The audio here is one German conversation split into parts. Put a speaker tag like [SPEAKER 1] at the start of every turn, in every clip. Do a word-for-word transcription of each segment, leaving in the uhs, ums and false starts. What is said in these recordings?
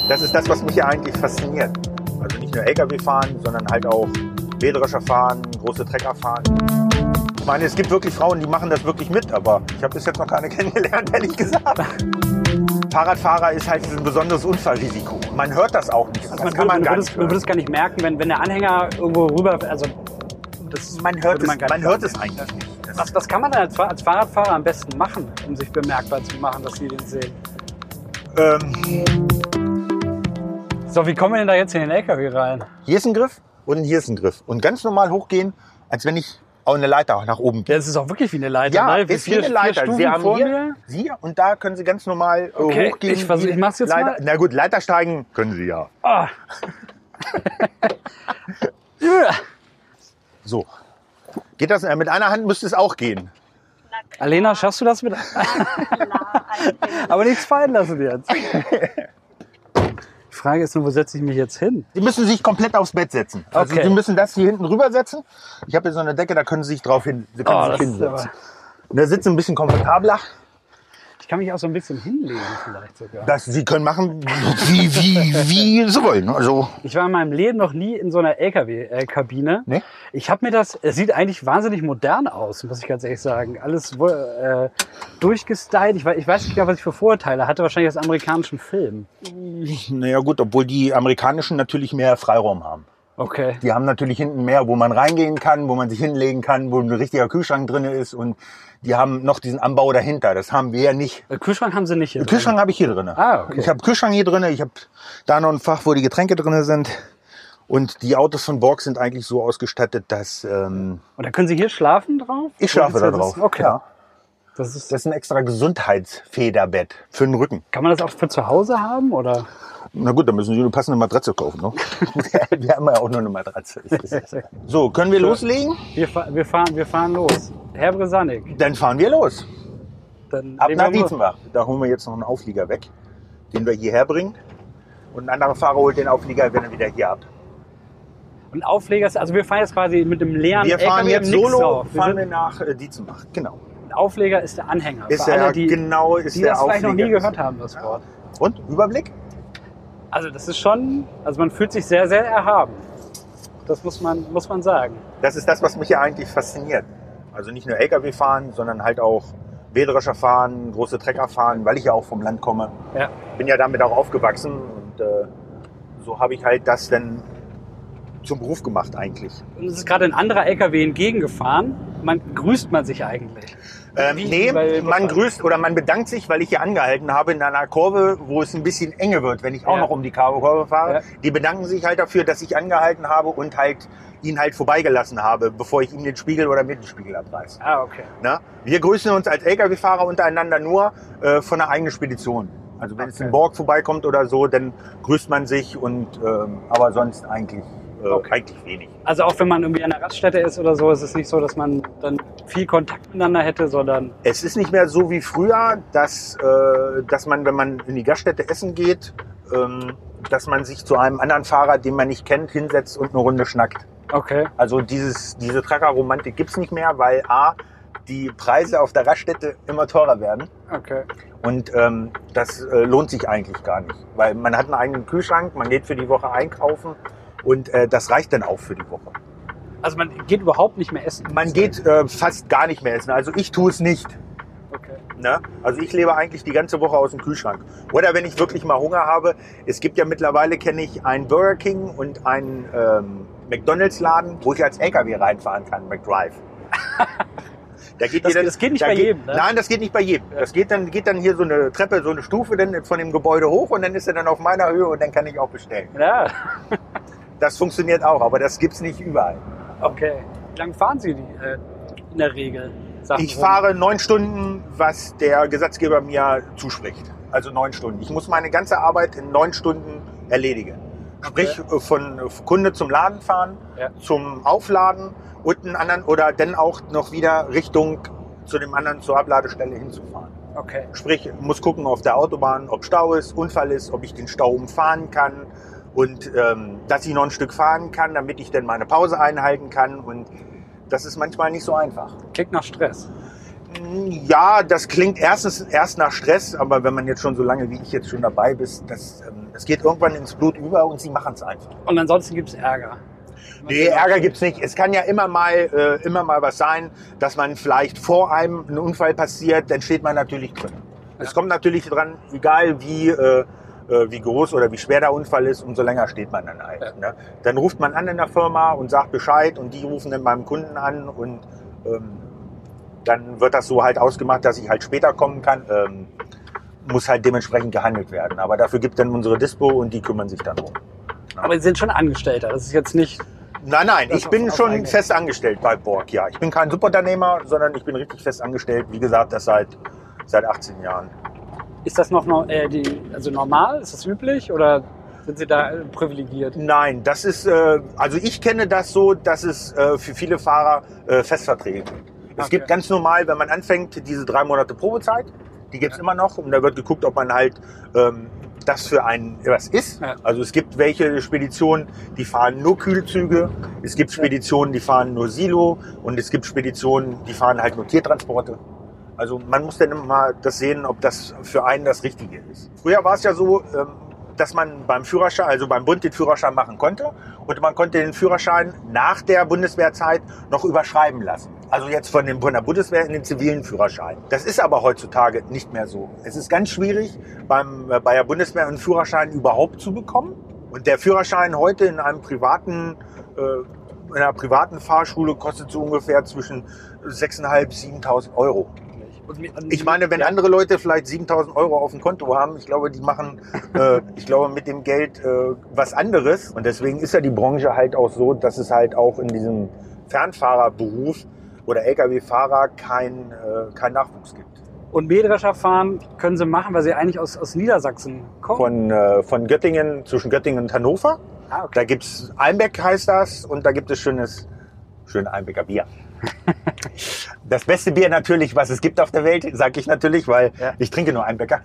[SPEAKER 1] Das ist das, was mich ja eigentlich fasziniert. Also nicht nur L K W fahren, sondern halt auch Mähdrescher fahren, große Trecker fahren. Ich meine, es gibt wirklich Frauen, die machen das wirklich mit, aber ich habe bis jetzt noch keine kennengelernt, ehrlich gesagt. Fahrradfahrer ist halt ein besonderes Unfallrisiko. Man hört das auch nicht.
[SPEAKER 2] Also
[SPEAKER 1] das
[SPEAKER 2] man,
[SPEAKER 1] kann man
[SPEAKER 2] du,
[SPEAKER 1] gar
[SPEAKER 2] würdest,
[SPEAKER 1] nicht
[SPEAKER 2] du
[SPEAKER 1] hören.
[SPEAKER 2] würdest gar nicht merken, wenn, wenn der Anhänger irgendwo rüber... Also das
[SPEAKER 1] Man hört, es,
[SPEAKER 2] man gar
[SPEAKER 1] man
[SPEAKER 2] nicht
[SPEAKER 1] hört
[SPEAKER 2] hören.
[SPEAKER 1] es eigentlich nicht. Das
[SPEAKER 2] Was, was kann man denn als, als Fahrradfahrer am besten machen, um sich bemerkbar zu machen, dass sie den sehen?
[SPEAKER 1] ähm,
[SPEAKER 2] So, wie kommen wir denn da jetzt in den L K W rein?
[SPEAKER 1] hier ist ein Griff und hier ist ein Griff. Und ganz normal hochgehen, als wenn ich auch eine Leiter nach oben gehe.
[SPEAKER 2] Ja, das ist auch wirklich wie eine Leiter,
[SPEAKER 1] Ja,
[SPEAKER 2] ne?
[SPEAKER 1] ist wie
[SPEAKER 2] vier,
[SPEAKER 1] eine
[SPEAKER 2] vier
[SPEAKER 1] Leiter.
[SPEAKER 2] Stufen
[SPEAKER 1] Sie haben
[SPEAKER 2] vor
[SPEAKER 1] hier,
[SPEAKER 2] mir.
[SPEAKER 1] hier und da können Sie ganz normal äh,
[SPEAKER 2] Okay,
[SPEAKER 1] hochgehen.
[SPEAKER 2] ich versuch- ich mach's jetzt
[SPEAKER 1] Leiter,
[SPEAKER 2] mal.
[SPEAKER 1] Na gut, Leiter steigen können Sie ja.
[SPEAKER 2] Ah. Ja.
[SPEAKER 1] So. Geht das? Mit einer Hand müsste es auch gehen.
[SPEAKER 2] Alena, schaffst du das mit? Aber nichts fallen lassen jetzt. Die Frage ist nur, wo setze ich mich jetzt hin?
[SPEAKER 1] Sie müssen sich komplett aufs Bett setzen. Also
[SPEAKER 2] Okay.
[SPEAKER 1] Sie müssen das hier hinten rüber setzen. Ich habe hier so eine Decke, da können Sie sich drauf hin, Sie können
[SPEAKER 2] Oh,
[SPEAKER 1] sich
[SPEAKER 2] das ist
[SPEAKER 1] hinsetzen. Und der Sitz ist ein bisschen komfortabler.
[SPEAKER 2] Ich kann mich auch so ein bisschen hinlegen vielleicht sogar.
[SPEAKER 1] Das Sie können machen, wie, wie, wie Sie wollen. Also
[SPEAKER 2] Ich war in meinem Leben noch nie in so einer L K W-Kabine.
[SPEAKER 1] Nee?
[SPEAKER 2] Ich habe mir das, es sieht eigentlich wahnsinnig modern aus, muss ich ganz ehrlich sagen. Alles wohl, äh, durchgestylt. Ich weiß, ich weiß nicht genau, was ich für Vorurteile hatte. Wahrscheinlich aus amerikanischen Filmen.
[SPEAKER 1] naja gut, obwohl die amerikanischen natürlich mehr Freiraum haben.
[SPEAKER 2] Okay.
[SPEAKER 1] Die haben natürlich hinten mehr, wo man reingehen kann, wo man sich hinlegen kann, wo ein richtiger Kühlschrank drin ist. Und die haben noch diesen Anbau dahinter. Das haben wir ja nicht.
[SPEAKER 2] Äh, Kühlschrank haben sie nicht hier.
[SPEAKER 1] Den Kühlschrank habe ich hier drin.
[SPEAKER 2] Ah, okay.
[SPEAKER 1] Ich habe Kühlschrank hier drin. Ich habe da noch ein Fach, wo die Getränke drin sind. Und die Autos von Borg sind eigentlich so ausgestattet, dass ähm,
[SPEAKER 2] Und da können Sie hier schlafen drauf?
[SPEAKER 1] ich schlafe da
[SPEAKER 2] Das
[SPEAKER 1] drauf.
[SPEAKER 2] ist- Okay.
[SPEAKER 1] Ja.
[SPEAKER 2] Das ist,
[SPEAKER 1] Das ist ein extra Gesundheitsfederbett für den Rücken.
[SPEAKER 2] kann man das auch für zu Hause haben? Oder?
[SPEAKER 1] Na gut, dann müssen Sie eine passende Matratze kaufen. Ne? Wir haben ja auch nur eine Matratze. So, können wir loslegen?
[SPEAKER 2] Wir, fa- wir, fahren, wir fahren los. Herr Bresanik,
[SPEAKER 1] Dann fahren wir los.
[SPEAKER 2] dann
[SPEAKER 1] Ab
[SPEAKER 2] legen
[SPEAKER 1] nach
[SPEAKER 2] wir mal-
[SPEAKER 1] Dietzenbach. Da holen wir jetzt noch einen Auflieger weg, den wir hierher bringen. Und ein anderer Fahrer holt den Auflieger dann wieder hier ab.
[SPEAKER 2] Und Aufleger ist, also wir fahren jetzt quasi mit dem leeren
[SPEAKER 1] Wir fahren
[SPEAKER 2] L K W
[SPEAKER 1] jetzt
[SPEAKER 2] nix
[SPEAKER 1] solo,
[SPEAKER 2] drauf. Wir
[SPEAKER 1] fahren
[SPEAKER 2] sind-
[SPEAKER 1] wir nach äh, Dietzenbach. Genau.
[SPEAKER 2] Aufleger ist der Anhänger.
[SPEAKER 1] Ist
[SPEAKER 2] Für
[SPEAKER 1] der,
[SPEAKER 2] alle, die,
[SPEAKER 1] genau ist
[SPEAKER 2] die
[SPEAKER 1] der
[SPEAKER 2] das vielleicht noch nie
[SPEAKER 1] Auflieger.
[SPEAKER 2] gehört haben, das Wort.
[SPEAKER 1] Und? Überblick?
[SPEAKER 2] Also das ist schon, also man fühlt sich sehr, sehr erhaben. Das muss man, muss man sagen.
[SPEAKER 1] Das ist das, was mich ja eigentlich fasziniert. Also nicht nur L K W fahren, sondern halt auch Mähdrescher fahren, große Trecker fahren, weil ich ja auch vom Land komme.
[SPEAKER 2] Ja.
[SPEAKER 1] Bin ja damit auch aufgewachsen und äh, so habe ich halt das dann zum Beruf gemacht eigentlich.
[SPEAKER 2] Und es ist gerade ein anderer L K W entgegengefahren. Man grüßt man sich eigentlich.
[SPEAKER 1] Ähm,
[SPEAKER 2] Wie-
[SPEAKER 1] nee,
[SPEAKER 2] weil-
[SPEAKER 1] man grüßt oder man bedankt sich, weil ich hier angehalten habe in einer Kurve, wo es ein bisschen enge wird, wenn ich auch
[SPEAKER 2] Ja.
[SPEAKER 1] noch um die Kurve fahre.
[SPEAKER 2] Ja.
[SPEAKER 1] Die bedanken sich halt dafür, dass ich angehalten habe und halt ihn halt vorbeigelassen habe, bevor ich ihm den Spiegel oder mir den Spiegel abreiße.
[SPEAKER 2] Ah, okay.
[SPEAKER 1] Na? Wir grüßen uns als L K W-Fahrer untereinander nur äh, von einer eigenen Spedition. Also wenn es
[SPEAKER 2] Okay.
[SPEAKER 1] in Borg vorbeikommt oder so, dann grüßt man sich und ähm, aber sonst eigentlich, äh,
[SPEAKER 2] Okay.
[SPEAKER 1] eigentlich wenig.
[SPEAKER 2] Also auch wenn man irgendwie an der Raststätte ist oder so, ist es nicht so, dass man dann viel Kontakt miteinander hätte, sondern
[SPEAKER 1] Es ist nicht mehr so wie früher, dass, äh, dass man, wenn man in die Gaststätte essen geht, ähm, dass man sich zu einem anderen Fahrer, den man nicht kennt, hinsetzt und eine Runde schnackt.
[SPEAKER 2] okay.
[SPEAKER 1] Also dieses, diese Trucker-Romantik gibt's nicht mehr, weil A, die Preise auf der Raststätte immer teurer werden.
[SPEAKER 2] Okay.
[SPEAKER 1] Und ähm, das äh, lohnt sich eigentlich gar nicht, weil man hat einen eigenen Kühlschrank, man geht für die Woche einkaufen und äh, das reicht dann auch für die Woche.
[SPEAKER 2] Also man geht überhaupt nicht mehr essen.
[SPEAKER 1] Man geht äh, fast gar nicht mehr essen, also ich tue es nicht.
[SPEAKER 2] Okay.
[SPEAKER 1] Ne? Also ich lebe eigentlich die ganze Woche aus dem Kühlschrank. Oder wenn ich wirklich mal Hunger habe, es gibt ja mittlerweile, kenne ich einen Burger King und einen ähm, McDonalds-Laden, wo ich als L K W reinfahren kann, McDrive. Da geht
[SPEAKER 2] Das-
[SPEAKER 1] jeder,
[SPEAKER 2] das geht nicht
[SPEAKER 1] da
[SPEAKER 2] bei jedem, ne?
[SPEAKER 1] Nein, das geht nicht bei jedem. Das geht dann, geht dann hier so eine Treppe, so eine Stufe dann von dem Gebäude hoch und dann ist er dann auf meiner Höhe und dann kann ich auch bestellen.
[SPEAKER 2] Ja,
[SPEAKER 1] Das funktioniert auch, aber das gibt's nicht überall.
[SPEAKER 2] okay. Wie lange fahren Sie die, äh, in der Regel? Sachen
[SPEAKER 1] Ich
[SPEAKER 2] rum?
[SPEAKER 1] fahre neun Stunden, was der Gesetzgeber mir zuspricht. Also neun Stunden. Ich muss meine ganze Arbeit in neun Stunden erledigen. Sprich,
[SPEAKER 2] Okay.
[SPEAKER 1] von Kunde zum Laden fahren,
[SPEAKER 2] Ja.
[SPEAKER 1] zum Aufladen und einen anderen oder dann auch noch wieder Richtung zu dem anderen zur Abladestelle hinzufahren.
[SPEAKER 2] Okay.
[SPEAKER 1] Sprich, muss gucken auf der Autobahn, ob Stau ist, Unfall ist, ob ich den Stau umfahren kann und ähm, dass ich noch ein Stück fahren kann, damit ich dann meine Pause einhalten kann. Und das ist manchmal nicht so einfach.
[SPEAKER 2] Klingt nach Stress.
[SPEAKER 1] Ja, das klingt erstens erst nach Stress, aber wenn man jetzt schon so lange wie ich jetzt schon dabei ist, das, ähm, Es geht irgendwann ins Blut über und sie machen es einfach.
[SPEAKER 2] Und ansonsten gibt es Ärger.
[SPEAKER 1] Nee, Ärger gibt's nicht. Es kann ja immer mal, äh, immer mal was sein, dass man vielleicht vor einem ein Unfall passiert, dann steht man natürlich drin. Ja. Es kommt natürlich dran, egal wie, äh, wie groß oder wie schwer der Unfall ist, umso länger steht man dann halt. Ja. Ne? Dann ruft man an in der Firma und sagt Bescheid und die rufen dann beim Kunden an und ähm, dann wird das so halt ausgemacht, dass ich halt später kommen kann. Ähm, muss halt dementsprechend gehandelt werden. Aber dafür gibt dann unsere Dispo und die kümmern sich dann um. Ne?
[SPEAKER 2] Aber Sie sind schon Angestellter, das ist jetzt nicht...
[SPEAKER 1] Nein, nein, ich bin schon fest angestellt bei Borg, ja. Ich bin kein Subunternehmer, sondern ich bin richtig fest angestellt. Wie gesagt, das seit, seit achtzehn Jahren.
[SPEAKER 2] Ist das noch äh, die, also normal? Ist das üblich oder sind Sie da äh, privilegiert?
[SPEAKER 1] Nein, das ist, äh, also ich kenne das so, dass es äh, für viele Fahrer äh, Festverträge gibt. Es
[SPEAKER 2] Okay.
[SPEAKER 1] gibt ganz normal, wenn man anfängt, diese drei Monate Probezeit, die gibt's ja. immer noch und da wird geguckt, ob man halt ähm, das für einen was ist. Ja. Also es gibt welche Speditionen, die fahren nur Kühlzüge, es gibt Speditionen, die fahren nur Silo und es gibt Speditionen, die fahren halt nur Tiertransporte. Also man muss dann immer mal das sehen, ob das für einen das Richtige ist. Früher war es ja so, dass man beim Führerschein, also beim Bund den Führerschein machen konnte und man konnte den Führerschein nach der Bundeswehrzeit noch überschreiben lassen. Also jetzt von, dem, von der Bundeswehr in den zivilen Führerschein. Das ist aber heutzutage nicht mehr so. Es ist ganz schwierig, beim, bei der Bundeswehr einen Führerschein überhaupt zu bekommen. Und der Führerschein heute in einem privaten, äh, in einer privaten Fahrschule kostet so ungefähr zwischen sechstausendfünfhundert, siebentausend Euro. Ich meine, wenn andere Leute vielleicht siebentausend Euro auf dem Konto haben, ich glaube, die machen, äh, ich glaube, mit dem Geld äh, was anderes. Und deswegen ist ja die Branche halt auch so, dass es halt auch in diesem Fernfahrerberuf oder L K W-Fahrer kein, äh, kein Nachwuchs gibt.
[SPEAKER 2] Und Mähdrescher fahren können Sie machen, weil Sie eigentlich aus, aus Niedersachsen kommen?
[SPEAKER 1] Von, äh, von Göttingen, zwischen Göttingen und Hannover.
[SPEAKER 2] Ah, okay.
[SPEAKER 1] Da gibt's Einbeck heißt das und da gibt es schönes, schön Einbecker Bier. Das beste Bier natürlich, was es gibt auf der Welt, sage ich natürlich, weil ja. ich trinke nur Einbecker.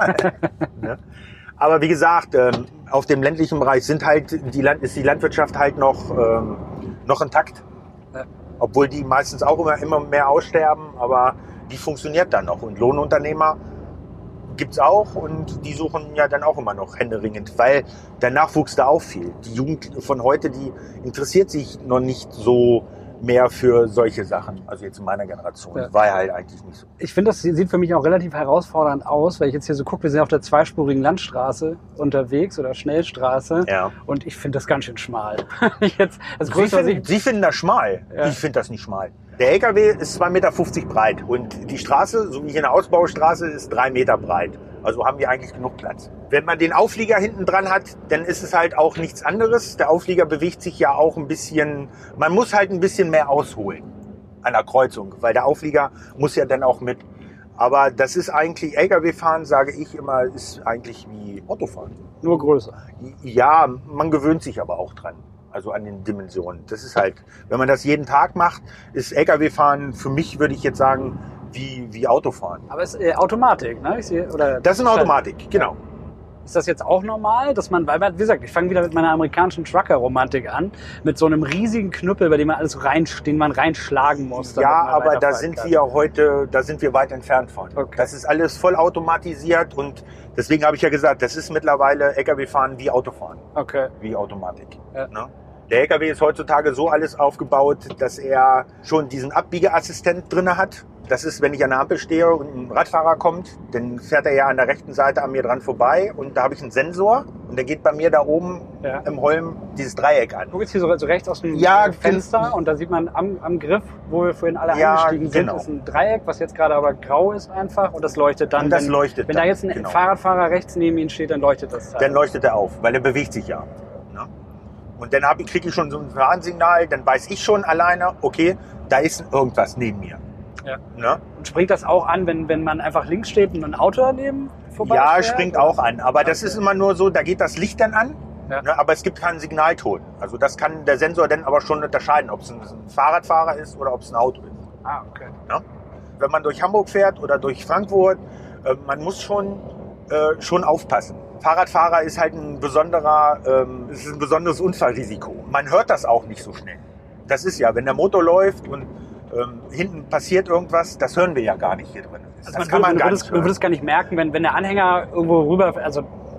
[SPEAKER 1] Ne? Aber wie gesagt, ähm, auf dem ländlichen Bereich sind halt die Land, ist die Landwirtschaft halt noch, ähm, noch intakt. Ja. Obwohl die meistens auch immer, immer mehr aussterben, aber die funktioniert dann noch. Und Lohnunternehmer gibt's auch und die suchen ja dann auch immer noch händeringend, weil der Nachwuchs da auch fehlt. Die Jugend von heute, die interessiert sich noch nicht so mehr für solche Sachen. Also jetzt in meiner Generation. Ja. War ja halt eigentlich nicht so.
[SPEAKER 2] Ich finde, das sieht für mich auch relativ herausfordernd aus, weil ich jetzt hier so gucke, wir sind auf der zweispurigen Landstraße unterwegs oder Schnellstraße.
[SPEAKER 1] Ja.
[SPEAKER 2] Und ich finde das ganz schön schmal. jetzt, das
[SPEAKER 1] Sie, finden, Sie finden das schmal? Ja. Ich finde das nicht schmal. Der L K W ist zwei Meter fünfzig breit und die Straße, so wie hier eine Ausbaustraße, ist drei Meter breit. Also haben wir eigentlich genug Platz. Wenn man den Auflieger hinten dran hat, dann ist es halt auch nichts anderes. Der Auflieger bewegt sich ja auch ein bisschen, man muss halt ein bisschen mehr ausholen an der Kreuzung, weil der Auflieger muss ja dann auch mit. Aber das ist eigentlich, L K W-Fahren, sage ich immer, ist eigentlich wie Autofahren.
[SPEAKER 2] Nur größer.
[SPEAKER 1] Ja, man gewöhnt sich aber auch dran. Also an den Dimensionen. Das ist halt, wenn man das jeden Tag macht, ist L K W-Fahren für mich, würde ich jetzt sagen, wie, wie Autofahren.
[SPEAKER 2] Aber es ist äh, Automatik, ne? Ich sehe, oder
[SPEAKER 1] das ist eine Automatik, genau.
[SPEAKER 2] Ist das jetzt auch normal, dass man, weil, wie gesagt, ich fange wieder mit meiner amerikanischen Trucker-Romantik an, mit so einem riesigen Knüppel, bei dem man alles rein, den man reinschlagen muss.
[SPEAKER 1] Ja, aber da sind kann. wir heute, da sind wir weit entfernt von. Okay. Das ist alles voll automatisiert und deswegen habe ich ja gesagt, das ist mittlerweile L K W-Fahren wie Autofahren.
[SPEAKER 2] Okay.
[SPEAKER 1] Wie Automatik.
[SPEAKER 2] Ja.
[SPEAKER 1] Ne? Der L K W ist heutzutage so alles aufgebaut, dass er schon diesen Abbiegeassistent drinne hat. Das ist, wenn ich an der Ampel stehe und ein Radfahrer kommt, dann fährt er ja an der rechten Seite an mir dran vorbei und da habe ich einen Sensor und der geht bei mir da oben ja. im Holm dieses Dreieck an.
[SPEAKER 2] Du gehst hier so, so rechts aus dem
[SPEAKER 1] ja,
[SPEAKER 2] Fenster und da sieht man am, am Griff, wo wir vorhin alle
[SPEAKER 1] ja,
[SPEAKER 2] eingestiegen sind,
[SPEAKER 1] genau.
[SPEAKER 2] ist ein Dreieck, was jetzt gerade aber grau ist einfach und das leuchtet dann.
[SPEAKER 1] Und das
[SPEAKER 2] wenn,
[SPEAKER 1] leuchtet
[SPEAKER 2] wenn
[SPEAKER 1] dann,
[SPEAKER 2] da jetzt ein
[SPEAKER 1] genau.
[SPEAKER 2] Fahrradfahrer rechts neben ihm steht, dann leuchtet das.
[SPEAKER 1] Dann leuchtet er auf, weil er bewegt sich ja. Ne? Und dann kriege ich schon so ein Warnsignal, dann weiß ich schon alleine, okay, da ist irgendwas neben mir.
[SPEAKER 2] Ja.
[SPEAKER 1] Ne?
[SPEAKER 2] Und springt das auch an, wenn, wenn man einfach links steht und ein Auto daneben vorbei
[SPEAKER 1] Ja,
[SPEAKER 2] fährt,
[SPEAKER 1] springt
[SPEAKER 2] oder?
[SPEAKER 1] auch an. Aber okay. das ist immer nur so, da geht das Licht dann an,
[SPEAKER 2] ja.
[SPEAKER 1] ne, aber es gibt keinen Signalton. Also das kann der Sensor dann aber schon unterscheiden, ob es ein, ein Fahrradfahrer ist oder ob es ein Auto ist.
[SPEAKER 2] Ah, okay.
[SPEAKER 1] Ne? Wenn man durch Hamburg fährt oder durch Frankfurt, äh, man muss schon, äh, schon aufpassen. Fahrradfahrer ist halt ein besonderer, ähm, ist ein besonderes Unfallrisiko. Man hört das auch nicht so schnell. Das ist ja, wenn der Motor läuft und Ähm, hinten passiert irgendwas, das hören wir ja gar nicht hier drin.
[SPEAKER 2] Also
[SPEAKER 1] das
[SPEAKER 2] man
[SPEAKER 1] kann
[SPEAKER 2] würde,
[SPEAKER 1] man gar
[SPEAKER 2] würde
[SPEAKER 1] nicht
[SPEAKER 2] es,
[SPEAKER 1] hören.
[SPEAKER 2] Man würde es gar nicht merken, wenn, wenn der Anhänger irgendwo rüber, also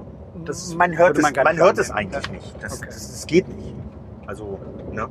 [SPEAKER 2] Das
[SPEAKER 1] man hört
[SPEAKER 2] würde
[SPEAKER 1] es,
[SPEAKER 2] man gar
[SPEAKER 1] man
[SPEAKER 2] nicht
[SPEAKER 1] hört es
[SPEAKER 2] wahrnehmen.
[SPEAKER 1] eigentlich nicht. Das,
[SPEAKER 2] Okay.
[SPEAKER 1] das, das geht nicht. Also, ne?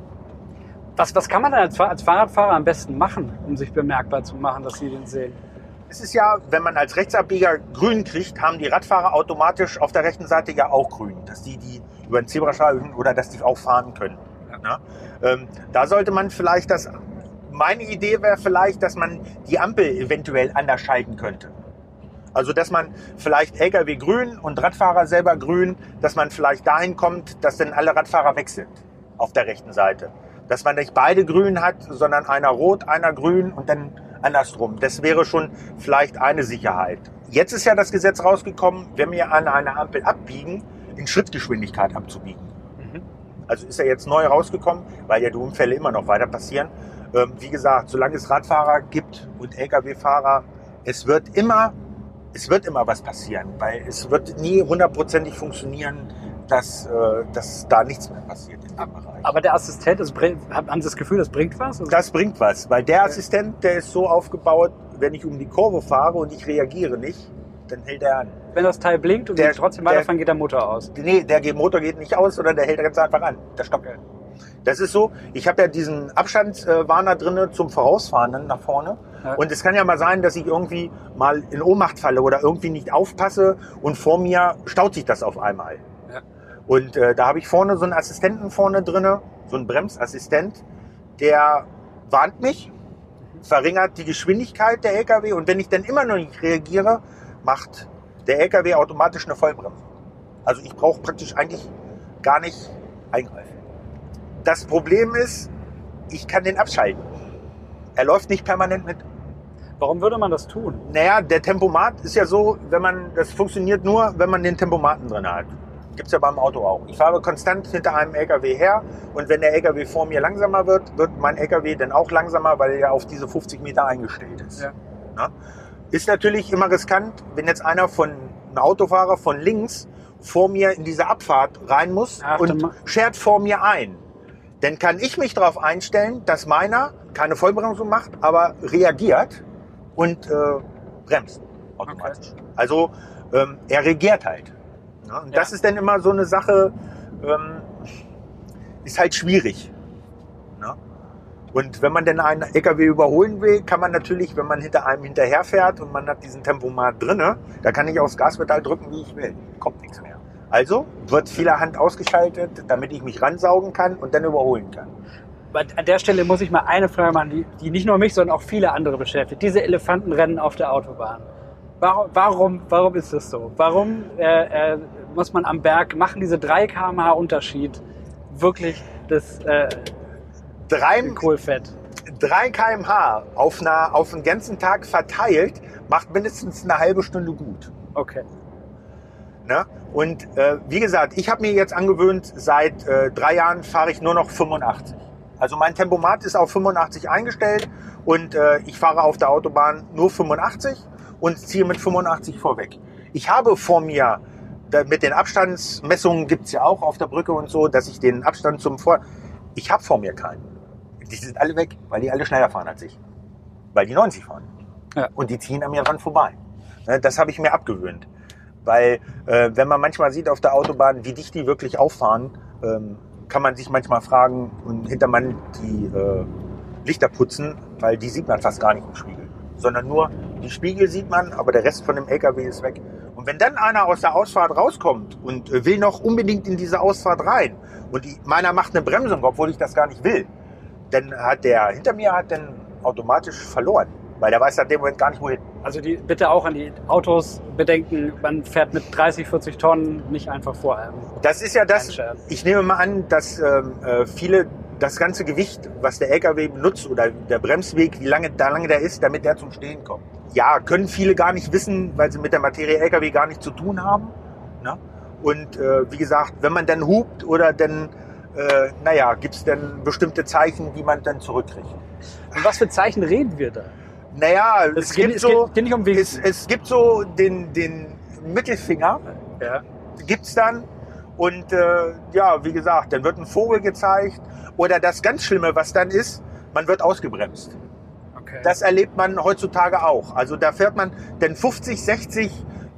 [SPEAKER 2] Was, was kann man denn als, Fahr- als Fahrradfahrer am besten machen, um sich bemerkbar zu machen, dass sie den sehen?
[SPEAKER 1] Es ist ja, wenn man als Rechtsabbieger grün kriegt, haben die Radfahrer automatisch auf der rechten Seite ja auch grün. Dass die, die über den Zebrastreifen oder dass die auch fahren können.
[SPEAKER 2] Ja.
[SPEAKER 1] Ne? Ähm, da sollte man vielleicht das, meine Idee wäre vielleicht, dass man die Ampel eventuell anders schalten könnte. Also, dass man vielleicht L K W grün und Radfahrer selber grün, dass man vielleicht dahin kommt, dass dann alle Radfahrer weg sind auf der rechten Seite. Dass man nicht beide grün hat, sondern einer rot, einer grün und dann andersrum. Das wäre schon vielleicht eine Sicherheit. Jetzt ist ja das Gesetz rausgekommen, wenn wir an einer Ampel abbiegen, in Schrittgeschwindigkeit abzubiegen.
[SPEAKER 2] Mhm.
[SPEAKER 1] Also ist ja jetzt neu rausgekommen, weil ja die Unfälle immer noch weiter passieren. Ähm, wie gesagt, solange es Radfahrer gibt und L K W-Fahrer, es wird immer, es wird immer was passieren, weil es wird nie hundertprozentig funktionieren, dass, äh, dass da nichts mehr passiert in dem Bereich.
[SPEAKER 2] Aber der Assistent, das bring, haben Sie das Gefühl, das bringt was? Also,
[SPEAKER 1] Das bringt was, weil der Assistent, der ist so aufgebaut, wenn ich um die Kurve fahre und ich reagiere nicht, dann hält er an.
[SPEAKER 2] wenn das Teil blinkt und
[SPEAKER 1] Der-
[SPEAKER 2] Sie trotzdem
[SPEAKER 1] der-
[SPEAKER 2] weiterfahren, geht der Motor aus.
[SPEAKER 1] Nee, der Motor geht nicht aus, sondern der hält ganz einfach an. Der stoppt. Das ist so, ich habe ja diesen Abstandswarner drinne zum Vorausfahrenden nach vorne.
[SPEAKER 2] Ja.
[SPEAKER 1] Und es kann ja mal sein, dass ich irgendwie mal in Ohnmacht falle oder irgendwie nicht aufpasse und vor mir staut sich das auf einmal.
[SPEAKER 2] Ja.
[SPEAKER 1] Und äh, da habe ich vorne so einen Assistenten vorne drinne, so einen Bremsassistent, der warnt mich, verringert die Geschwindigkeit der L K W und wenn ich dann immer noch nicht reagiere, macht der L K W automatisch eine Vollbremsung. Also ich brauche praktisch eigentlich gar nicht eingreifen. Das Problem ist, ich kann den abschalten. Er läuft nicht permanent mit.
[SPEAKER 2] Warum würde man das tun?
[SPEAKER 1] Naja, der Tempomat ist ja so, wenn man, das funktioniert nur, wenn man den Tempomaten drin hat. Gibt's ja beim Auto auch. Ich fahre konstant hinter einem L K W her und wenn der L K W vor mir langsamer wird, wird mein L K W dann auch langsamer, weil er auf diese fünfzig Meter eingestellt ist.
[SPEAKER 2] Ja.
[SPEAKER 1] Ja? Ist natürlich immer riskant, wenn jetzt einer von, ein Autofahrer von links vor mir in diese Abfahrt rein muss
[SPEAKER 2] Ach,
[SPEAKER 1] und
[SPEAKER 2] dann ma-
[SPEAKER 1] schert vor mir ein. Dann kann ich mich darauf einstellen, dass meiner keine Vollbremsung macht, aber reagiert und äh, bremst automatisch. Also ähm, er reagiert halt. Ja, und
[SPEAKER 2] Ja.
[SPEAKER 1] das ist dann immer so eine Sache, ähm, ist halt schwierig. Ne? Und wenn man denn einen L K W überholen will, kann man natürlich, wenn man hinter einem hinterherfährt und man hat diesen Tempomat drinne, da kann ich aufs Gaspedal drücken, wie ich will. Kommt nichts mehr. Also wird vielerhand ausgeschaltet, damit ich mich ransaugen kann und dann überholen kann.
[SPEAKER 2] Aber an der Stelle muss ich mal eine Frage machen, die, die nicht nur mich, sondern auch viele andere beschäftigt. Diese Elefantenrennen auf der Autobahn. Warum, warum, warum ist das so? Warum äh, äh, muss man am Berg, machen diese drei Kilometer pro Stunde Unterschied wirklich das äh,
[SPEAKER 1] Drei,
[SPEAKER 2] Kohlfett?
[SPEAKER 1] drei Kilometer pro Stunde auf, einer, auf einen ganzen Tag verteilt macht mindestens eine halbe Stunde gut.
[SPEAKER 2] Okay.
[SPEAKER 1] Ne? Und äh, wie gesagt, ich habe mir jetzt angewöhnt, seit äh, drei Jahren fahre ich nur noch fünfundachtzig. Also mein Tempomat ist auf fünfundachtzig eingestellt und äh, ich fahre auf der Autobahn nur fünfundachtzig und ziehe mit fünfundachtzig vorweg. Ich habe vor mir, da, mit den Abstandsmessungen gibt's ja auch auf der Brücke und so, dass ich den Abstand zum Vor... Ich habe vor mir keinen. Die sind alle weg, weil die alle schneller fahren als ich. Weil die neunzig fahren.
[SPEAKER 2] Ja.
[SPEAKER 1] Und die ziehen an mir ran vorbei. Ne, das habe ich mir abgewöhnt. Weil äh, wenn man manchmal sieht auf der Autobahn, wie dicht die wirklich auffahren, ähm, kann man sich manchmal fragen und hinter man die äh, Lichter putzen, weil die sieht man fast gar nicht im Spiegel. Sondern nur die Spiegel sieht man, aber der Rest von dem L K W ist weg. Und wenn dann einer aus der Ausfahrt rauskommt und äh, will noch unbedingt in diese Ausfahrt rein und die, meiner macht eine Bremsung, obwohl ich das gar nicht will, dann hat der hinter mir hat dann automatisch verloren. Weil der weiß in dem Moment gar nicht wohin.
[SPEAKER 2] Also die, bitte auch an die Autos bedenken, man fährt mit dreißig, vierzig Tonnen nicht einfach vor einem.
[SPEAKER 1] Das ist ja das,
[SPEAKER 2] Scherz.
[SPEAKER 1] ich nehme mal an, dass ähm, äh, viele das ganze Gewicht, was der L K W benutzt oder der Bremsweg, wie lange, da lange der ist, damit der zum Stehen kommt. Ja, können viele gar nicht wissen, weil sie mit der Materie L K W gar nichts zu tun haben. Ne? Und äh, wie gesagt, wenn man dann hupt oder dann, äh, naja, gibt es dann bestimmte Zeichen, die man dann zurückkriegt.
[SPEAKER 2] Und was für Zeichen reden wir da?
[SPEAKER 1] Naja,
[SPEAKER 2] Es
[SPEAKER 1] es,
[SPEAKER 2] geht-
[SPEAKER 1] gibt
[SPEAKER 2] es
[SPEAKER 1] so,
[SPEAKER 2] geht- geht nicht um Winken.
[SPEAKER 1] es, es gibt so den, den Mittelfinger,
[SPEAKER 2] Ja.
[SPEAKER 1] gibt's dann. Und äh, ja, wie gesagt, dann wird ein Vogel gezeigt. Oder das ganz Schlimme, was dann ist, man wird ausgebremst.
[SPEAKER 2] Okay.
[SPEAKER 1] Das erlebt man heutzutage auch. Also da fährt man, denn fünfzig, sechzig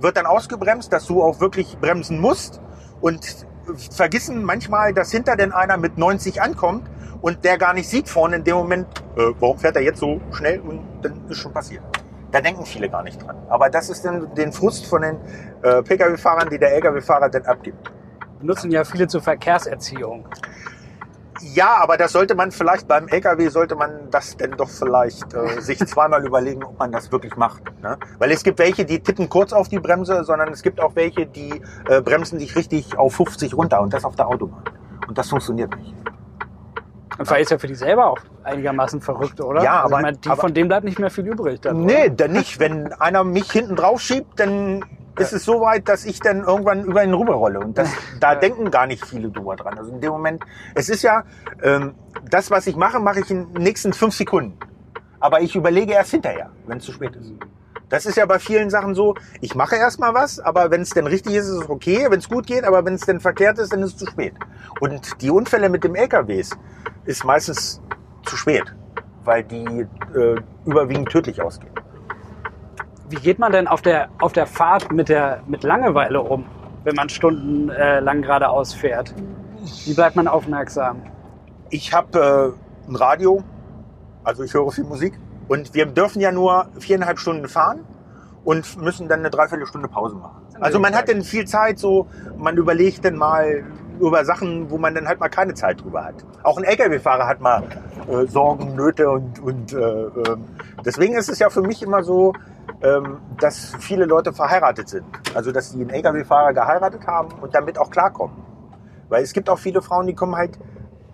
[SPEAKER 1] wird dann ausgebremst, dass du auch wirklich bremsen musst und vergessen manchmal, dass hinter denn einer mit neunzig ankommt und der gar nicht sieht vorne in dem Moment, äh, warum fährt er jetzt so schnell, und dann ist schon passiert. Da denken viele gar nicht dran. Aber das ist dann den Frust von den äh, P K W-Fahrern, die der L K W-Fahrer dann abgibt.
[SPEAKER 2] Benutzen ja viele zur Verkehrserziehung.
[SPEAKER 1] Ja, aber das sollte man vielleicht beim L K W, sollte man das denn doch vielleicht äh, sich zweimal überlegen, ob man das wirklich macht. Ne? Weil es gibt welche, die tippen kurz auf die Bremse, sondern es gibt auch welche, die äh, bremsen dich richtig auf fünfzig runter, und das auf der Autobahn. Und das funktioniert nicht.
[SPEAKER 2] Und vielleicht ist ja für die selber auch einigermaßen verrückt, oder?
[SPEAKER 1] Ja,
[SPEAKER 2] also
[SPEAKER 1] aber,
[SPEAKER 2] ich meine, die,
[SPEAKER 1] aber
[SPEAKER 2] von dem bleibt nicht mehr viel übrig. Dann,
[SPEAKER 1] nee, dann nicht. Wenn einer mich hinten drauf schiebt, dann ist es so weit, dass ich dann irgendwann über ihn rüberrolle. Und das, da ja. denken gar nicht viele drüber dran. Also in dem Moment, es ist ja, ähm, das, was ich mache, mache ich in den nächsten fünf Sekunden. Aber ich überlege erst hinterher, wenn es zu spät ist. Das ist ja bei vielen Sachen so, ich mache erstmal was, aber wenn es denn richtig ist, ist es okay, wenn es gut geht, aber wenn es denn verkehrt ist, dann ist es zu spät. Und die Unfälle mit dem L K Ws ist meistens zu spät, weil die äh, überwiegend tödlich ausgehen.
[SPEAKER 2] Wie geht man denn auf der, auf der Fahrt mit, der, mit Langeweile um, wenn man stundenlang äh, geradeaus fährt? Wie bleibt man aufmerksam?
[SPEAKER 1] Ich habe äh, ein Radio, also ich höre viel Musik, und wir dürfen ja nur viereinhalb Stunden fahren und müssen dann eine Dreiviertelstunde Pause machen. Also man hat dann viel Zeit, so man überlegt dann mal über Sachen, wo man dann halt mal keine Zeit drüber hat. Auch ein L K W-Fahrer hat mal äh, Sorgen, Nöte und, und äh, äh, deswegen ist es ja für mich immer so, ähm, dass viele Leute verheiratet sind. Also dass die einen L K W-Fahrer geheiratet haben und damit auch klarkommen. Weil es gibt auch viele Frauen, die kommen halt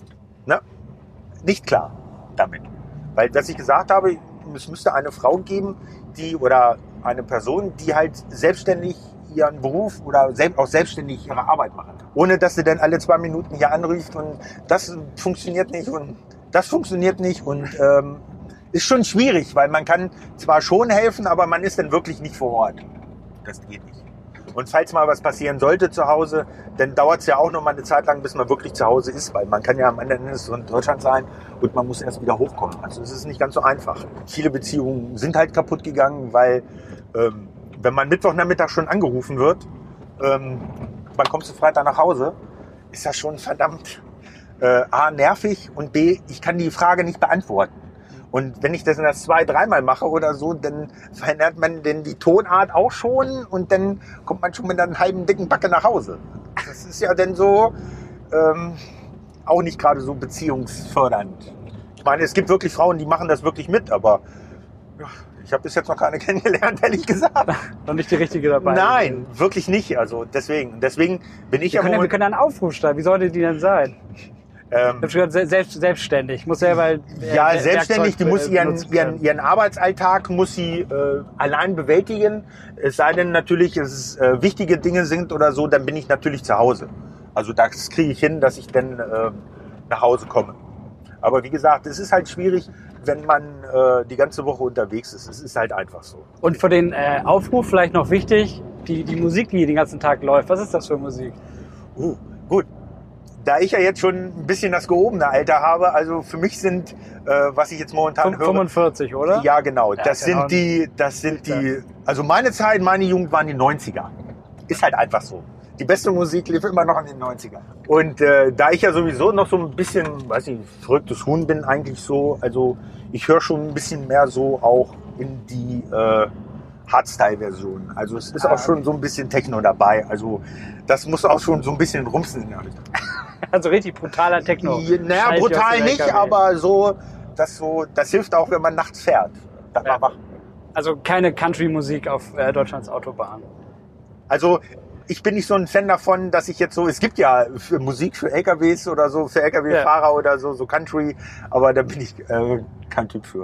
[SPEAKER 1] ne, nicht klar damit. Weil, was ich gesagt habe, es müsste eine Frau geben, die oder eine Person, die halt selbstständig ihren Beruf oder selbst, auch selbstständig ihre Arbeit machen. Ohne dass sie dann alle zwei Minuten hier anruft und das funktioniert nicht und das funktioniert nicht und ähm, ist schon schwierig, weil man kann zwar schon helfen, aber man ist dann wirklich nicht vor Ort. Das geht nicht. Und falls mal was passieren sollte zu Hause, dann dauert es ja auch noch mal eine Zeit lang, bis man wirklich zu Hause ist, weil man kann ja am Ende so in Deutschland sein und man muss erst wieder hochkommen. Also es ist nicht ganz so einfach. Viele Beziehungen sind halt kaputt gegangen, weil ähm, wenn man Mittwochnachmittag schon angerufen wird, ähm, wann kommst du Freitag nach Hause, ist das schon verdammt äh, A, nervig und B, ich kann die Frage nicht beantworten. Und wenn ich das das zwei, dreimal mache oder so, dann verändert man denn die Tonart auch schon und dann kommt man schon mit einer halben dicken Backe nach Hause. Das ist ja dann so ähm, auch nicht gerade so beziehungsfördernd. Ich meine, es gibt wirklich Frauen, die machen das wirklich mit, aber ja, ich habe bis jetzt noch keine kennengelernt, ehrlich gesagt.
[SPEAKER 2] Noch nicht die richtige dabei.
[SPEAKER 1] Nein, wirklich nicht. Also deswegen, deswegen bin ich
[SPEAKER 2] wir
[SPEAKER 1] ja
[SPEAKER 2] können, Wir können einen Aufruf starten. Wie sollte die denn sein?
[SPEAKER 1] Ähm,
[SPEAKER 2] ich habe gehört, selbst, selbstständig. Muss selber, äh,
[SPEAKER 1] ja, selbstständig. Die muss ihren,
[SPEAKER 2] benutzen
[SPEAKER 1] ihren,
[SPEAKER 2] können.
[SPEAKER 1] ihren Arbeitsalltag muss sie äh, allein bewältigen. Es sei denn natürlich, dass es äh, wichtige Dinge sind oder so, dann bin ich natürlich zu Hause. Also das kriege ich hin, dass ich dann äh, nach Hause komme. Aber wie gesagt, es ist halt schwierig, wenn man äh, die ganze Woche unterwegs ist. Es ist halt einfach so.
[SPEAKER 2] Und für den äh, Aufruf vielleicht noch wichtig, die, die Musik, die den ganzen Tag läuft. Was ist das für Musik?
[SPEAKER 1] Uh, gut. Da ich ja jetzt schon ein bisschen das gehobene Alter habe, also für mich sind, äh, was ich jetzt momentan höre...
[SPEAKER 2] fünfundvierzig, oder?
[SPEAKER 1] Ja, genau.
[SPEAKER 2] Ja,
[SPEAKER 1] das
[SPEAKER 2] genau.
[SPEAKER 1] sind die, das sind die, also meine Zeit, meine Jugend waren die neunziger. Ist halt einfach so. Die beste Musik lief immer noch in den neunzigern. Und äh, da ich ja sowieso noch so ein bisschen, weiß ich, verrücktes Huhn bin eigentlich so, also ich höre schon ein bisschen mehr so auch in die äh, Hardstyle-Version. Also es ist
[SPEAKER 2] Ah,
[SPEAKER 1] auch schon so ein bisschen Techno dabei. Also das muss auch schon so ein bisschen rumsen in der Richtung.
[SPEAKER 2] Also richtig brutaler Techno.
[SPEAKER 1] Naja,
[SPEAKER 2] Schall ich
[SPEAKER 1] brutal
[SPEAKER 2] aus dem
[SPEAKER 1] nicht,
[SPEAKER 2] L K W.
[SPEAKER 1] aber so das, so, das hilft auch, wenn man nachts fährt. Dann
[SPEAKER 2] Ja.
[SPEAKER 1] mal wach.
[SPEAKER 2] Also keine Country-Musik auf äh, Deutschlands Autobahn.
[SPEAKER 1] Also ich bin nicht so ein Fan davon, dass ich jetzt so, es gibt ja für Musik für L K Ws oder so, für L K W-Fahrer ja. oder so, so Country, aber da bin ich äh, kein Typ für.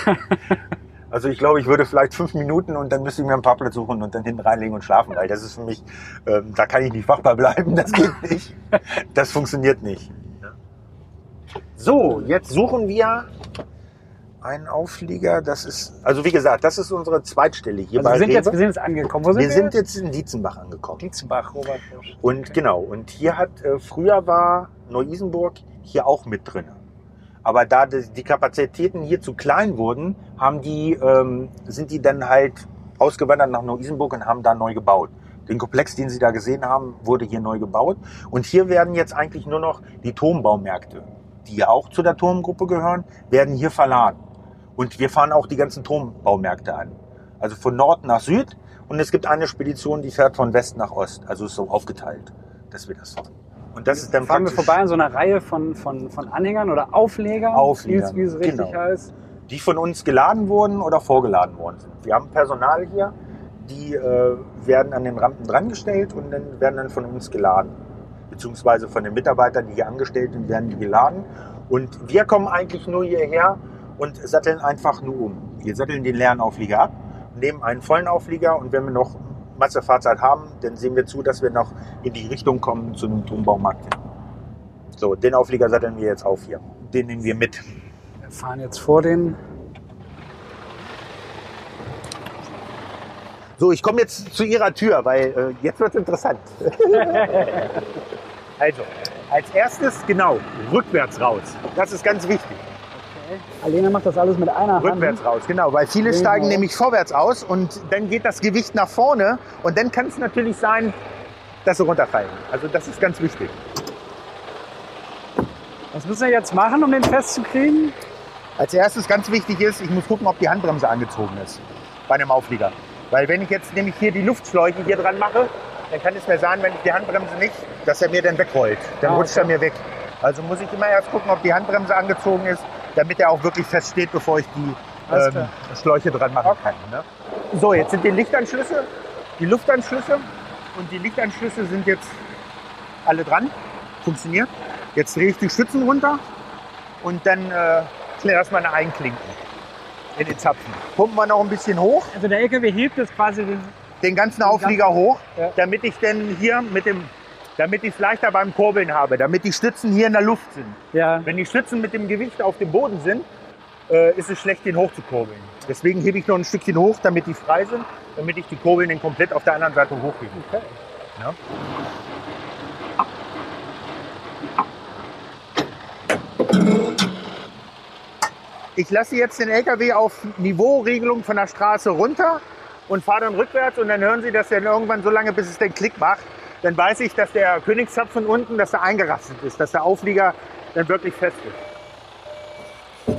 [SPEAKER 1] Also ich glaube, ich würde vielleicht fünf Minuten und dann müsste ich mir einen Parkplatz suchen und dann hinten reinlegen und schlafen, weil das ist für mich, ähm, da kann ich nicht wachbar bleiben, das geht nicht. Das funktioniert nicht. So, jetzt suchen wir einen Auflieger, das ist, also wie gesagt, das ist unsere Zweitstelle hier
[SPEAKER 2] Also
[SPEAKER 1] bei
[SPEAKER 2] wir sind,
[SPEAKER 1] Rewe.
[SPEAKER 2] jetzt, wir sind jetzt angekommen. Wo sind
[SPEAKER 1] wir
[SPEAKER 2] wir?
[SPEAKER 1] sind jetzt in Dietzenbach angekommen.
[SPEAKER 2] Dietzenbach, Robert Busch.
[SPEAKER 1] Und
[SPEAKER 2] Okay.
[SPEAKER 1] genau, und hier hat, äh, früher war Neu-Isenburg hier auch mit drin. Aber da die, die Kapazitäten hier zu klein wurden, haben die, ähm, sind die dann halt ausgewandert nach Neu-Isenburg und haben da neu gebaut. Den Komplex, den Sie da gesehen haben, wurde hier neu gebaut. Und hier werden jetzt eigentlich nur noch die Turmbaumärkte, die ja auch zu der Turmgruppe gehören, werden hier verladen. Und wir fahren auch die ganzen Turmbaumärkte an. Also von Nord nach Süd. Und es gibt eine Spedition, die fährt von West nach Ost. Also ist so aufgeteilt, dass wir das fahren. Und das ist dann
[SPEAKER 2] fahren wir vorbei an so einer Reihe von, von, von Anhängern oder Auflegern,
[SPEAKER 1] Auflegern,
[SPEAKER 2] wie es richtig
[SPEAKER 1] genau.
[SPEAKER 2] heißt.
[SPEAKER 1] Die von uns geladen wurden oder vorgeladen worden sind. Wir haben Personal hier, die äh, werden an den Rampen drangestellt und dann werden dann von uns geladen. Beziehungsweise von den Mitarbeitern, die hier angestellt sind, werden die geladen. Und wir kommen eigentlich nur hierher und satteln einfach nur um. Wir satteln den leeren Auflieger ab, nehmen einen vollen Auflieger und wenn wir noch Massefahrzeit haben, dann sehen wir zu, dass wir noch in die Richtung kommen zu einem Turmbaumarkt hin. So, den Auflieger satteln wir jetzt auf hier. Den nehmen wir mit.
[SPEAKER 2] Wir fahren jetzt vor den...
[SPEAKER 1] So, ich komme jetzt zu Ihrer Tür, weil äh, jetzt wird es interessant. Also, als erstes, genau, rückwärts raus. Das ist ganz wichtig.
[SPEAKER 2] Okay. Alena macht das alles mit einer Hand.
[SPEAKER 1] Rückwärts raus, genau, weil viele
[SPEAKER 2] Genau.
[SPEAKER 1] steigen nämlich vorwärts aus und dann geht das Gewicht nach vorne und dann kann es natürlich sein, dass sie runterfallen. Also das ist ganz wichtig.
[SPEAKER 2] Was müssen wir jetzt machen, um den festzukriegen?
[SPEAKER 1] Als erstes ganz wichtig ist, ich muss gucken, ob die Handbremse angezogen ist bei einem Auflieger. Weil wenn ich jetzt nämlich hier die Luftschläuche hier dran mache, dann kann es mir sein, wenn ich die Handbremse nicht, dass er mir dann wegrollt. Dann
[SPEAKER 2] Ah,
[SPEAKER 1] rutscht
[SPEAKER 2] okay.
[SPEAKER 1] er mir weg. Also muss ich immer erst gucken, ob die Handbremse angezogen ist, damit er auch wirklich fest steht, bevor ich die
[SPEAKER 2] Alles
[SPEAKER 1] ähm,
[SPEAKER 2] klar.
[SPEAKER 1] Schläuche dran machen kann. Ne? So, jetzt sind die Lichtanschlüsse, die Luftanschlüsse und die Lichtanschlüsse sind jetzt alle dran. Funktioniert. Jetzt drehe ich die Stützen runter und dann äh, lassen wir eine einklinken in den Zapfen. Pumpen wir noch ein bisschen hoch.
[SPEAKER 2] Also der L K W hebt jetzt quasi den...
[SPEAKER 1] Den ganzen Auflieger hoch,
[SPEAKER 2] Ja.
[SPEAKER 1] damit ich dann hier mit dem, damit ich es leichter beim Kurbeln habe, damit die Stützen hier in der Luft sind.
[SPEAKER 2] Ja.
[SPEAKER 1] Wenn die Stützen mit dem Gewicht auf dem Boden sind, äh, ist es schlecht, den hochzukurbeln. Deswegen hebe ich noch ein Stückchen hoch, damit die frei sind, damit ich die Kurbeln dann komplett auf der anderen Seite hochhebe.
[SPEAKER 2] Okay.
[SPEAKER 1] Ja? Ich lasse jetzt den L K W auf Niveauregelung von der Straße runter und fahre dann rückwärts und dann hören Sie das dann irgendwann so lange, bis es den Klick macht. Dann weiß ich, dass der Königszapfen unten, dass er eingerastet ist, dass der Auflieger dann wirklich fest ist.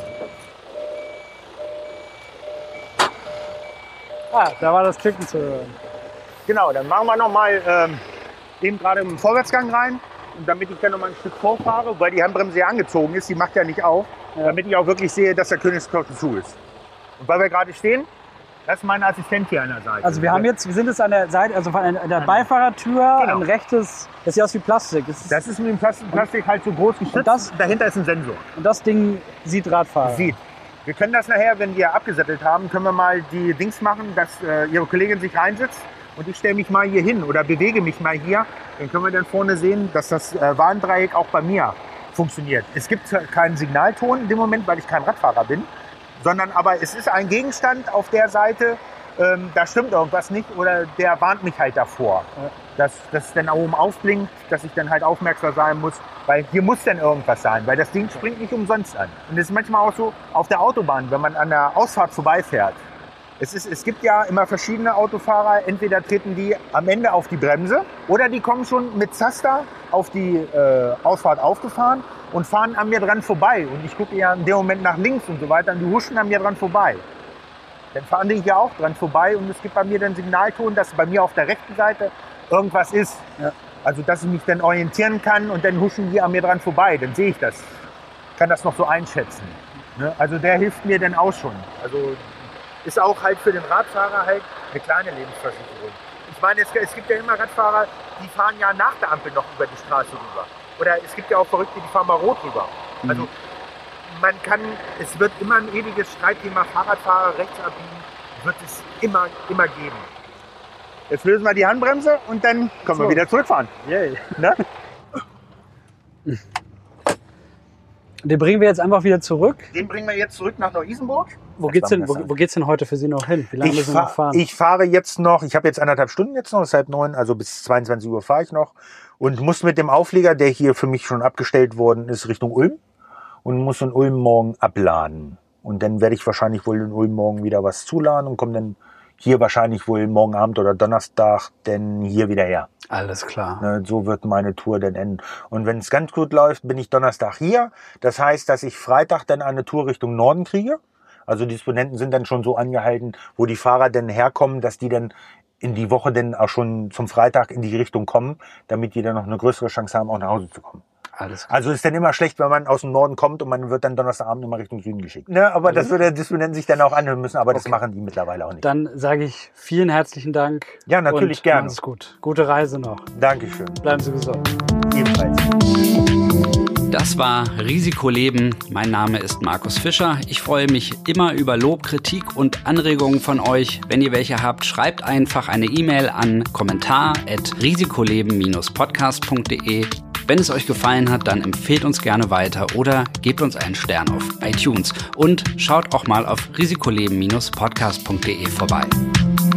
[SPEAKER 2] Ah, da war das Klicken zu hören.
[SPEAKER 1] Genau, dann machen wir nochmal ähm, eben gerade im Vorwärtsgang rein. Und damit ich dann noch mal ein Stück vorfahre, weil die Handbremse ja angezogen ist, die macht ja nicht auf,
[SPEAKER 2] Ja.
[SPEAKER 1] damit ich auch wirklich sehe, dass der Königsknochen zu ist. Und weil wir gerade stehen, das ist mein Assistent hier an der Seite.
[SPEAKER 2] Also wir haben jetzt, wir sind jetzt an der Seite, also von an der Beifahrertür,
[SPEAKER 1] Genau.
[SPEAKER 2] ein rechtes, das sieht aus wie Plastik. Das ist,
[SPEAKER 1] Das ist mit dem Plastik, Plastik halt so groß geschützt.
[SPEAKER 2] das-
[SPEAKER 1] Dahinter ist ein Sensor.
[SPEAKER 2] und das Ding sieht Radfahrer.
[SPEAKER 1] Sieht. Wir können das nachher, wenn wir abgesattelt haben, können wir mal die Dings machen, dass äh, Ihre Kollegin sich reinsetzt und ich stelle mich mal hier hin oder bewege mich mal hier. Dann können wir dann vorne sehen, dass das äh, Warndreieck auch bei mir funktioniert. Es gibt keinen Signalton in dem Moment, weil ich kein Radfahrer bin, sondern aber es ist ein Gegenstand auf der Seite, ähm, da stimmt irgendwas nicht oder der warnt mich halt davor.
[SPEAKER 2] Ja.
[SPEAKER 1] Dass das dann oben aufblinkt, dass ich dann halt aufmerksam sein muss, weil hier muss dann irgendwas sein, weil das Ding springt nicht umsonst an. Und das ist manchmal auch so auf der Autobahn, wenn man an der Ausfahrt vorbeifährt. Es, ist, es gibt ja immer verschiedene Autofahrer, entweder treten die am Ende auf die Bremse oder die kommen schon mit Zaster auf die äh, Ausfahrt aufgefahren und fahren an mir dran vorbei. Und ich gucke ja in dem Moment nach links und so weiter und die huschen an mir dran vorbei. Dann fahren die hier auch dran vorbei und es gibt bei mir den Signalton, dass bei mir auf der rechten Seite irgendwas ist.
[SPEAKER 2] Ja.
[SPEAKER 1] Also dass ich mich dann orientieren kann und dann huschen die an mir dran vorbei. Dann sehe ich das. Kann das noch so einschätzen. Ne? Also der hilft mir dann auch schon. Also ist auch halt für den Radfahrer halt eine kleine Lebensversicherung. Ich meine, es, es gibt ja immer Radfahrer, die fahren ja nach der Ampel noch über die Straße rüber. Oder es gibt ja auch Verrückte, die fahren mal rot rüber.
[SPEAKER 2] Mhm.
[SPEAKER 1] Also man kann, es wird immer ein ewiges Streitthema Fahrradfahrer, rechts abbiegen, wird es immer, immer geben. Jetzt lösen wir die Handbremse und dann können
[SPEAKER 2] So.
[SPEAKER 1] wir wieder zurückfahren.
[SPEAKER 2] Yay.
[SPEAKER 1] Ne?
[SPEAKER 2] Den bringen wir jetzt einfach wieder zurück.
[SPEAKER 1] Den bringen wir jetzt zurück nach Neu-Isenburg.
[SPEAKER 2] Wo
[SPEAKER 1] Das
[SPEAKER 2] geht's
[SPEAKER 1] war
[SPEAKER 2] denn, wo,
[SPEAKER 1] besser.
[SPEAKER 2] wo geht's denn heute für Sie noch hin? Wie lange
[SPEAKER 1] Ich,
[SPEAKER 2] müssen wir noch
[SPEAKER 1] fahr,
[SPEAKER 2] fahren?
[SPEAKER 1] ich fahre jetzt noch, ich habe jetzt anderthalb Stunden jetzt noch, es ist halb neun, also bis zweiundzwanzig Uhr fahre ich noch und muss mit dem Auflieger, der hier für mich schon abgestellt worden ist, Richtung Ulm und muss in Ulm morgen abladen. Und dann werde ich wahrscheinlich wohl in Ulm morgen wieder was zuladen und komme dann hier wahrscheinlich wohl morgen Abend oder Donnerstag denn hier wieder her.
[SPEAKER 2] Alles klar.
[SPEAKER 1] Ne, so wird meine Tour dann enden. Und wenn es ganz gut läuft, bin ich Donnerstag hier. Das heißt, dass ich Freitag dann eine Tour Richtung Norden kriege. Also die Disponenten sind dann schon so angehalten, wo die Fahrer dann herkommen, dass die dann in die Woche dann auch schon zum Freitag in die Richtung kommen, damit die dann noch eine größere Chance haben, auch nach Hause zu kommen.
[SPEAKER 2] Alles klar.
[SPEAKER 1] Also ist dann immer schlecht, wenn man aus dem Norden kommt und man wird dann Donnerstagabend immer Richtung Süden geschickt. Ne, aber das würde der Disponent sich dann auch anhören müssen, aber das
[SPEAKER 2] Okay.
[SPEAKER 1] machen die mittlerweile auch nicht.
[SPEAKER 2] Dann sage ich vielen herzlichen Dank.
[SPEAKER 1] Ja, natürlich
[SPEAKER 2] und
[SPEAKER 1] gerne.
[SPEAKER 2] Alles gut. Gute Reise noch.
[SPEAKER 1] Dankeschön.
[SPEAKER 2] Bleiben Sie gesund.
[SPEAKER 1] Ebenfalls.
[SPEAKER 3] Das war Risikoleben. Mein Name ist Markus Fischer. Ich freue mich immer über Lob, Kritik und Anregungen von euch. Wenn ihr welche habt, schreibt einfach eine E-Mail an kommentar at risikoleben dash podcast punkt de. Wenn es euch gefallen hat, dann empfehlt uns gerne weiter oder gebt uns einen Stern auf iTunes und schaut auch mal auf risikoleben dash podcast punkt de vorbei.